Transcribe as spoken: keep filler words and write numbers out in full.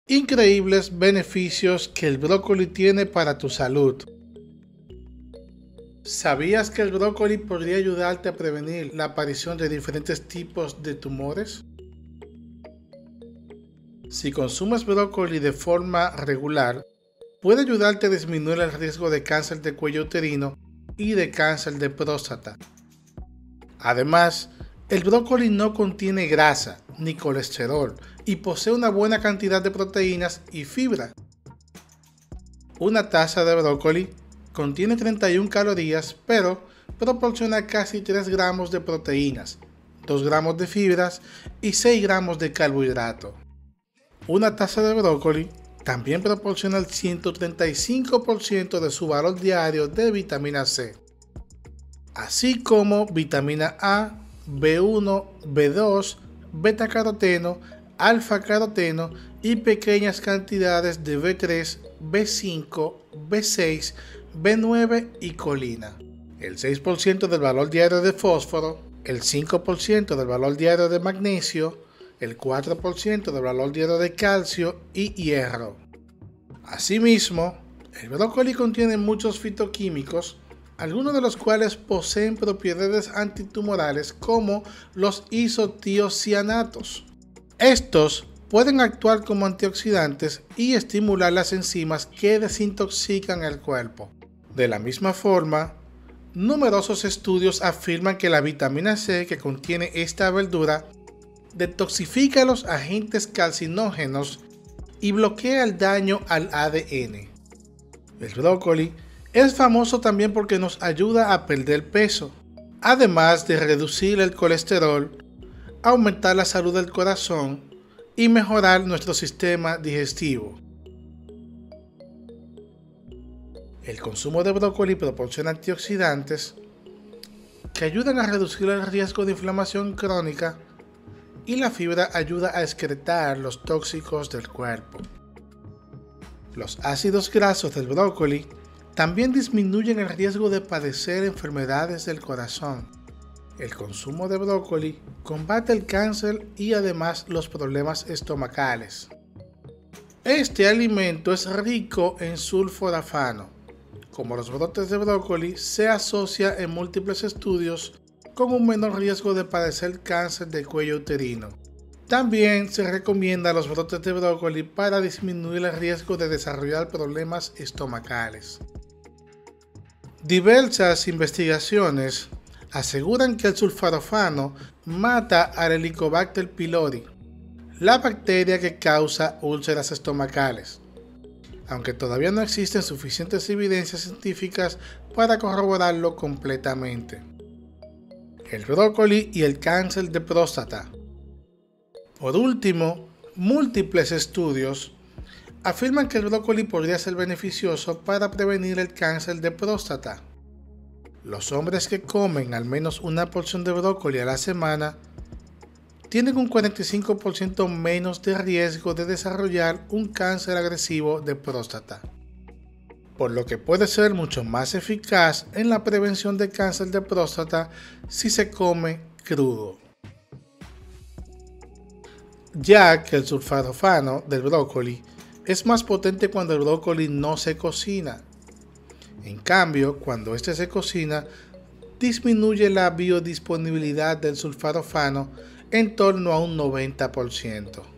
Increíbles beneficios que el brócoli tiene para tu salud. ¿Sabías que el brócoli podría ayudarte a prevenir la aparición de diferentes tipos de tumores? Si consumes brócoli de forma regular, puede ayudarte a disminuir el riesgo de cáncer de cuello uterino y de cáncer de próstata. Además, el brócoli no contiene grasa ni colesterol y posee una buena cantidad de proteínas y fibra. Una taza de brócoli contiene treinta y una calorías, pero proporciona casi tres gramos de proteínas, dos gramos de fibras y seis gramos de carbohidrato. Una taza de brócoli también proporciona el ciento treinta y cinco por ciento de su valor diario de vitamina C, así como vitamina A, B uno, B dos, beta-caroteno, alfa-caroteno y pequeñas cantidades de B tres, B cinco, B seis, B nueve y colina. El seis por ciento del valor diario de fósforo, el cinco por ciento del valor diario de magnesio, el cuatro por ciento del valor diario de calcio y hierro. Asimismo, el brócoli contiene muchos fitoquímicos, algunos de los cuales poseen propiedades antitumorales como los isotiocianatos. Estos pueden actuar como antioxidantes y estimular las enzimas que desintoxican el cuerpo. De la misma forma, numerosos estudios afirman que la vitamina C que contiene esta verdura detoxifica los agentes carcinógenos y bloquea el daño al A D N. El brócoli es famoso también porque nos ayuda a perder peso, además de reducir el colesterol, aumentar la salud del corazón y mejorar nuestro sistema digestivo. El consumo de brócoli proporciona antioxidantes que ayudan a reducir el riesgo de inflamación crónica y la fibra ayuda a excretar los tóxicos del cuerpo. Los ácidos grasos del brócoli también disminuyen el riesgo de padecer enfermedades del corazón. El consumo de brócoli combate el cáncer y además los problemas estomacales. Este alimento es rico en sulforafano. Como los brotes de brócoli, se asocia en múltiples estudios con un menor riesgo de padecer cáncer de cuello uterino. También se recomienda los brotes de brócoli para disminuir el riesgo de desarrollar problemas estomacales. Diversas investigaciones aseguran que el sulforafano mata al Helicobacter pylori, la bacteria que causa úlceras estomacales, aunque todavía no existen suficientes evidencias científicas para corroborarlo completamente. El brócoli y el cáncer de próstata. Por último, múltiples estudios afirman que el brócoli podría ser beneficioso para prevenir el cáncer de próstata. Los hombres que comen al menos una porción de brócoli a la semana tienen un cuarenta y cinco por ciento menos de riesgo de desarrollar un cáncer agresivo de próstata, por lo que puede ser mucho más eficaz en la prevención de cáncer de próstata si se come crudo. Ya que el sulforafano del brócoli es más potente cuando el brócoli no se cocina. En cambio, cuando este se cocina, disminuye la biodisponibilidad del sulforafano en torno a un noventa por ciento.